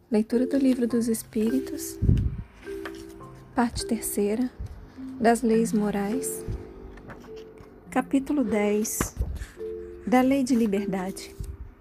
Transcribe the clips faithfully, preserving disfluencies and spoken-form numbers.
Leitura do Livro dos Espíritos, parte terceira, das Leis Morais, capítulo dez, da Lei de Liberdade.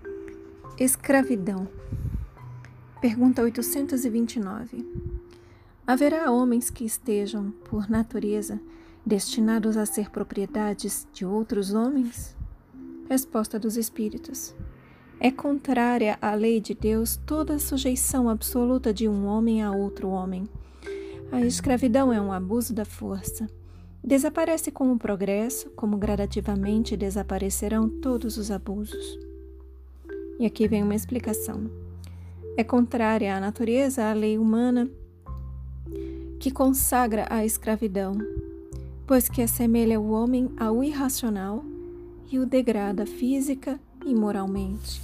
Escravidão. Pergunta oitocentos e vinte e nove. Haverá homens que estejam, por natureza, destinados a ser propriedades de outros homens? Resposta dos Espíritos. É contrária à lei de Deus toda a sujeição absoluta de um homem a outro homem. A escravidão é um abuso da força. Desaparece com o progresso, como gradativamente desaparecerão todos os abusos. E aqui vem uma explicação. É contrária à natureza a lei humana que consagra a escravidão, pois que assemelha o homem ao irracional e o degrada física e moralmente.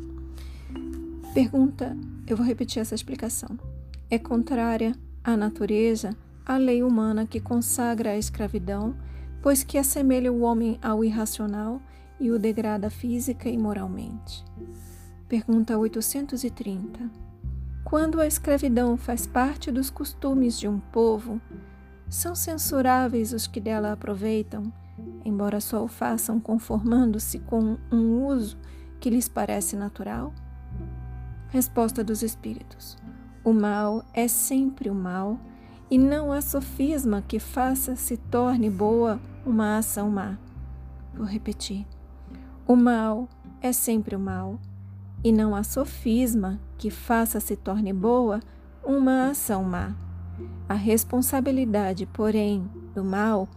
Pergunta, eu vou repetir essa explicação. É contrária à natureza a lei humana que consagra a escravidão, pois que assemelha o homem ao irracional e o degrada física e moralmente. Pergunta oitocentos e trinta. Quando a escravidão faz parte dos costumes de um povo, são censuráveis os que dela aproveitam, embora só o façam conformando-se com um uso que lhes parece natural? Resposta dos Espíritos. O mal é sempre o mal, e não há sofisma que faça se torne boa uma ação má. Vou repetir. O mal é sempre o mal, e não há sofisma que faça se torne boa uma ação má. A responsabilidade, porém, do mal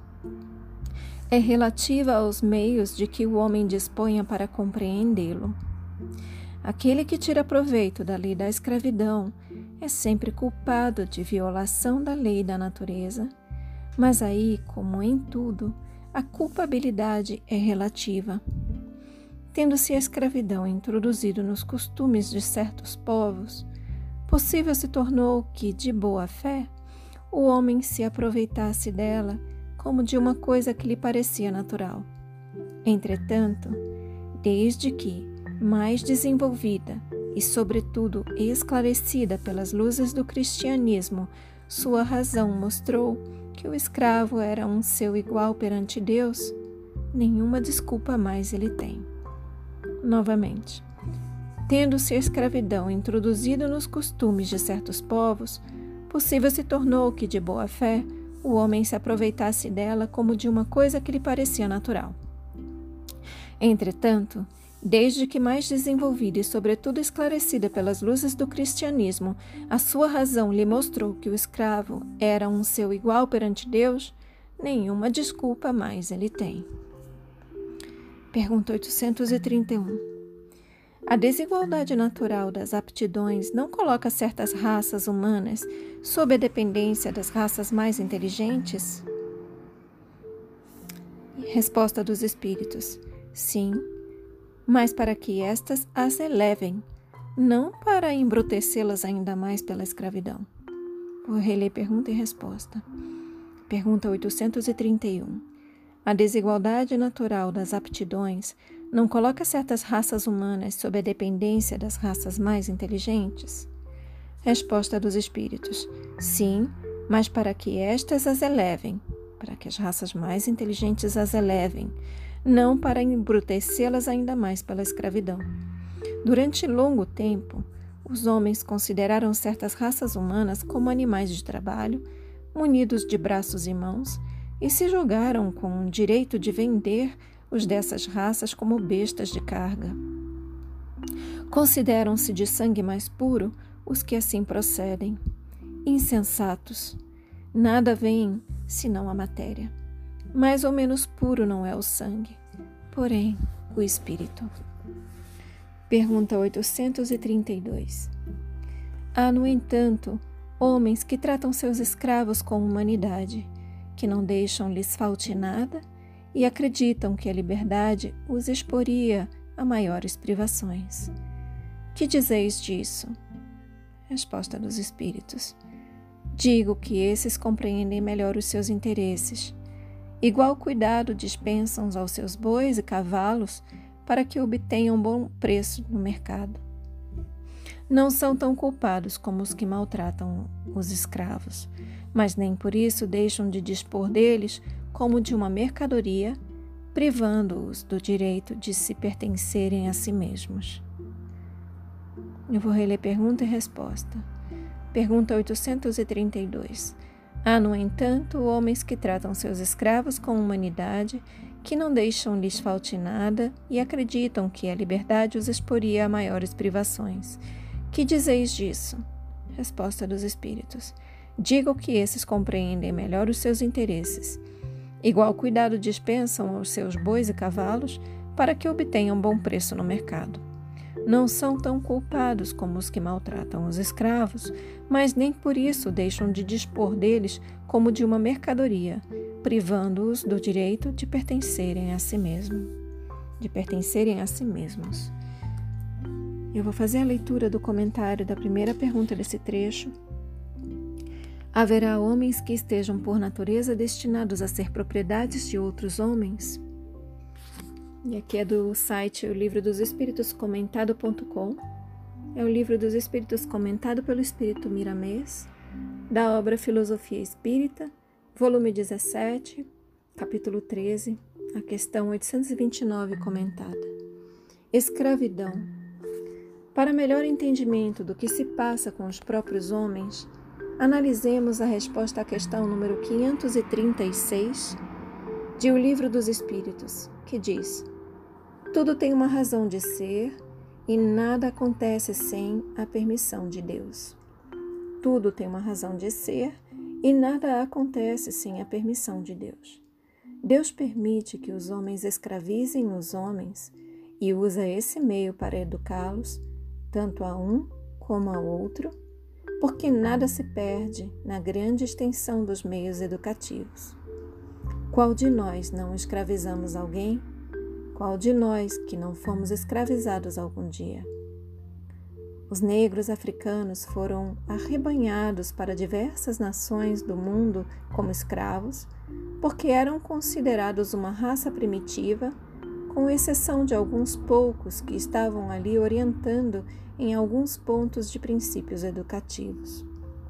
é relativa aos meios de que o homem disponha para compreendê-lo. Aquele que tira proveito da lei da escravidão é sempre culpado de violação da lei da natureza, mas aí, como em tudo, a culpabilidade é relativa. Tendo-se a escravidão introduzido nos costumes de certos povos, possível se tornou que, de boa fé, o homem se aproveitasse dela como de uma coisa que lhe parecia natural. Entretanto, desde que, mais desenvolvida e, sobretudo, esclarecida pelas luzes do cristianismo, sua razão mostrou que o escravo era um seu igual perante Deus, nenhuma desculpa mais ele tem. Novamente, tendo-se a escravidão introduzida nos costumes de certos povos, possível se tornou que, de boa fé, o homem se aproveitasse dela como de uma coisa que lhe parecia natural. Entretanto, desde que mais desenvolvida e sobretudo esclarecida pelas luzes do cristianismo, a sua razão lhe mostrou que o escravo era um seu igual perante Deus, nenhuma desculpa mais ele tem. Pergunta oitocentos e trinta e um. A desigualdade natural das aptidões não coloca certas raças humanas sob a dependência das raças mais inteligentes? Resposta dos Espíritos. Sim, mas para que estas as elevem, não para embrutecê-las ainda mais pela escravidão. Vou reler pergunta e resposta. Pergunta oitocentos e trinta e um. A desigualdade natural das aptidões não coloca certas raças humanas sob a dependência das raças mais inteligentes? Resposta dos Espíritos. Sim, mas para que estas as elevem, para que as raças mais inteligentes as elevem, não para embrutecê-las ainda mais pela escravidão. Durante longo tempo, os homens consideraram certas raças humanas como animais de trabalho, munidos de braços e mãos, e se julgaram com o direito de vender os dessas raças como bestas de carga. Consideram-se de sangue mais puro os que assim procedem. Insensatos. Nada veem senão a matéria. Mais ou menos puro não é o sangue, porém o espírito. Pergunta oitocentos e trinta e dois. Há, no entanto, homens que tratam seus escravos com humanidade, que não deixam-lhes falte nada e acreditam que a liberdade os exporia a maiores privações. Que dizeis disso? Resposta dos Espíritos. Digo que esses compreendem melhor os seus interesses. Igual cuidado dispensam aos seus bois e cavalos para que obtenham bom preço no mercado. não são tão culpados como os que maltratam os escravos, mas nem por isso deixam de dispor deles como de uma mercadoria, privando-os do direito de se pertencerem a si mesmos. Eu vou reler pergunta e resposta. Pergunta oitocentos e trinta e dois. Há, no entanto, homens que tratam seus escravos com humanidade, que não deixam lhes falte nada e acreditam que a liberdade os exporia a maiores privações. Que dizeis disso? Resposta dos Espíritos. Digo que esses compreendem melhor os seus interesses. Igual cuidado dispensam aos seus bois e cavalos para que obtenham bom preço no mercado. Não são tão culpados como os que maltratam os escravos, mas nem por isso deixam de dispor deles como de uma mercadoria, privando-os do direito de pertencerem a si mesmos. De pertencerem a si mesmos. Eu vou fazer a leitura do comentário da primeira pergunta desse trecho. Haverá homens que estejam por natureza destinados a ser propriedades de outros homens? E aqui é do site O Livro dos Espíritos Comentado ponto com. É o Livro dos Espíritos comentado pelo Espírito Miramês, da obra Filosofia Espírita, volume dezessete, capítulo treze, a questão oitocentos e vinte e nove comentada. Escravidão. Para melhor entendimento do que se passa com os próprios homens, analisemos a resposta à questão número quinhentos e trinta e seis de O Livro dos Espíritos, que diz: tudo tem uma razão de ser e nada acontece sem a permissão de Deus. Tudo tem uma razão de ser e nada acontece sem a permissão de Deus. Deus permite que os homens escravizem os homens e usa esse meio para educá-los, tanto a um como a outro, porque nada se perde na grande extensão dos meios educativos. Qual de nós não escravizamos alguém? Qual de nós que não fomos escravizados algum dia? Os negros africanos foram arrebanhados para diversas nações do mundo como escravos, porque eram considerados uma raça primitiva, com exceção de alguns poucos que estavam ali orientando em alguns pontos de princípios educativos.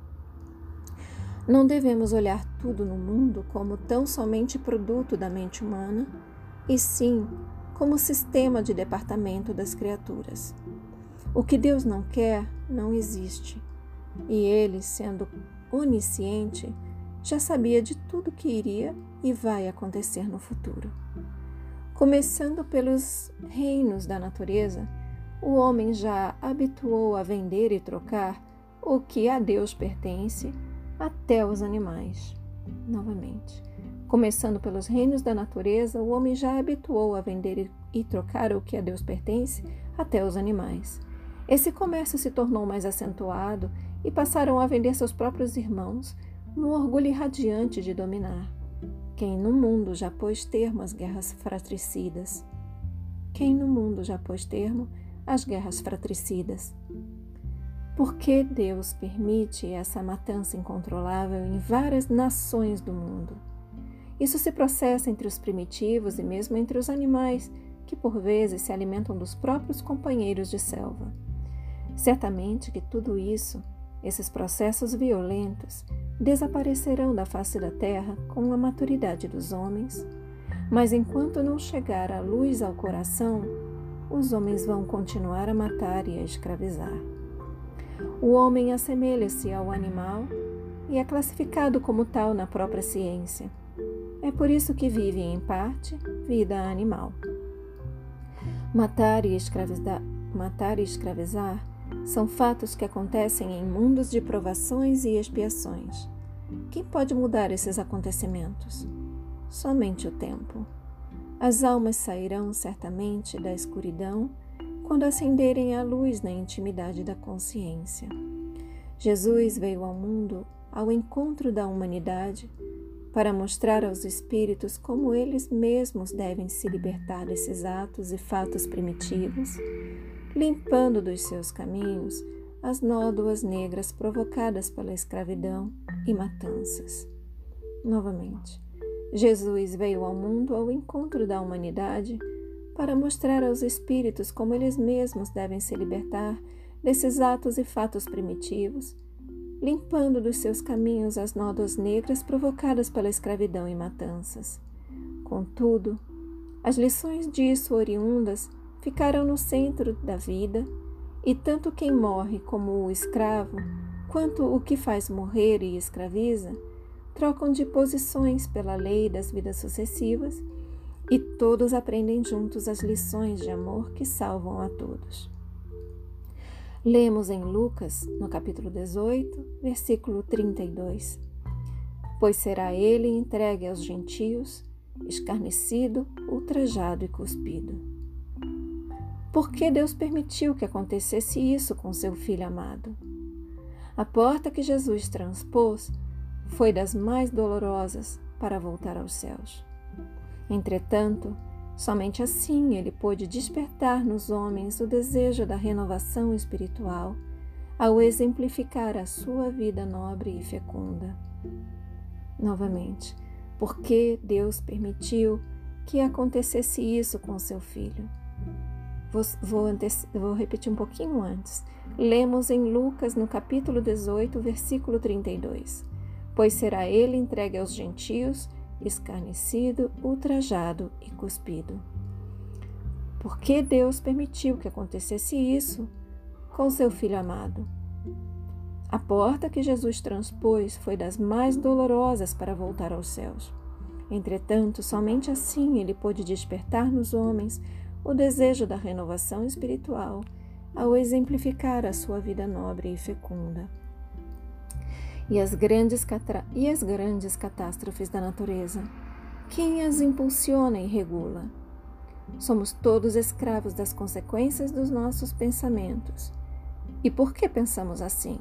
Não devemos olhar tudo no mundo como tão somente produto da mente humana, e sim como sistema de departamento das criaturas. O que Deus não quer, não existe, e Ele, sendo onisciente, já sabia de tudo que iria e vai acontecer no futuro. Começando pelos reinos da natureza, o homem já habituou a vender e trocar o que a Deus pertence até os animais. Novamente, começando pelos reinos da natureza, o homem já habituou a vender e trocar o que a Deus pertence até os animais. Esse comércio se tornou mais acentuado e passaram a vender seus próprios irmãos no orgulho irradiante de dominar. Quem no mundo já pôs termo às guerras fratricidas? Quem no mundo já pôs termo às guerras fratricidas? Por que Deus permite essa matança incontrolável em várias nações do mundo? Isso se processa entre os primitivos e mesmo entre os animais, que por vezes se alimentam dos próprios companheiros de selva. Certamente que tudo isso, esses processos violentos, desaparecerão da face da terra com a maturidade dos homens, mas enquanto não chegar a luz ao coração, os homens vão continuar a matar e a escravizar. O homem assemelha-se ao animal e é classificado como tal na própria ciência. É por isso que vive, em parte, vida animal. Matar e escravizar, matar e escravizar são fatos que acontecem em mundos de provações e expiações. Quem pode mudar esses acontecimentos? Somente o tempo. As almas sairão certamente da escuridão quando acenderem a luz na intimidade da consciência. Jesus veio ao mundo ao encontro da humanidade para mostrar aos espíritos como eles mesmos devem se libertar desses atos e fatos primitivos, limpando dos seus caminhos as nódoas negras provocadas pela escravidão e matanças. Novamente, Jesus veio ao mundo ao encontro da humanidade para mostrar aos espíritos como eles mesmos devem se libertar desses atos e fatos primitivos, limpando dos seus caminhos as nódoas negras provocadas pela escravidão e matanças. Contudo, as lições disso oriundas ficarão no centro da vida, e tanto quem morre como o escravo, quanto o que faz morrer e escraviza, trocam de posições pela lei das vidas sucessivas, e todos aprendem juntos as lições de amor que salvam a todos. Lemos em Lucas, no capítulo dezoito, versículo trinta e dois. Pois será ele entregue aos gentios, escarnecido, ultrajado e cuspido. Por que Deus permitiu que acontecesse isso com seu Filho amado? A porta que Jesus transpôs foi das mais dolorosas para voltar aos céus. Entretanto, somente assim ele pôde despertar nos homens o desejo da renovação espiritual, ao exemplificar a sua vida nobre e fecunda. Novamente, por que Deus permitiu que acontecesse isso com seu Filho? Vou, vou, antes, vou repetir um pouquinho antes. Lemos em Lucas, no capítulo dezoito, versículo trinta e dois. Pois será ele entregue aos gentios, escarnecido, ultrajado e cuspido. Por que Deus permitiu que acontecesse isso com seu Filho amado? A porta que Jesus transpôs foi das mais dolorosas para voltar aos céus. Entretanto, somente assim ele pôde despertar nos homens o desejo da renovação espiritual, ao exemplificar a sua vida nobre e fecunda. E as grandes, catra... e as grandes catástrofes da natureza, quem as impulsiona e regula? Somos todos escravos das consequências dos nossos pensamentos. E por que pensamos assim?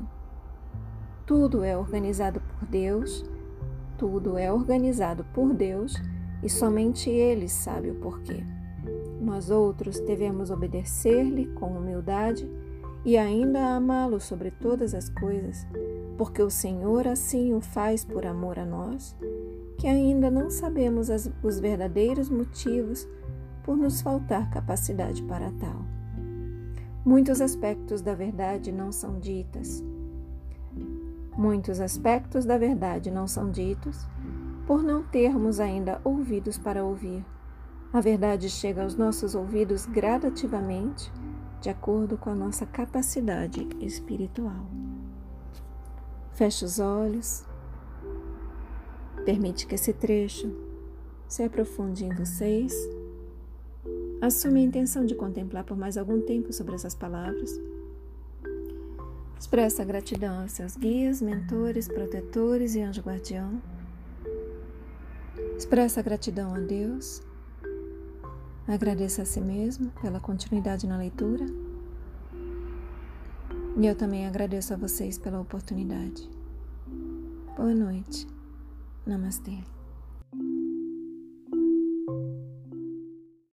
Tudo é organizado por Deus, tudo é organizado por Deus e somente Ele sabe o porquê. Nós outros devemos obedecer-lhe com humildade e ainda amá-lo sobre todas as coisas, porque o Senhor assim o faz por amor a nós, que ainda não sabemos as, os verdadeiros motivos por nos faltar capacidade para tal. Muitos aspectos da verdade não são ditas. Muitos aspectos da verdade não são ditos por não termos ainda ouvidos para ouvir. A verdade chega aos nossos ouvidos gradativamente, de acordo com a nossa capacidade espiritual. Feche os olhos. Permite que esse trecho se aprofunde em vocês. Assume a intenção de contemplar por mais algum tempo sobre essas palavras. Expressa gratidão aos seus guias, mentores, protetores e anjo guardião. Expressa gratidão a Deus. Agradeça a si mesmo pela continuidade na leitura. E eu também agradeço a vocês pela oportunidade. Boa noite. Namastê.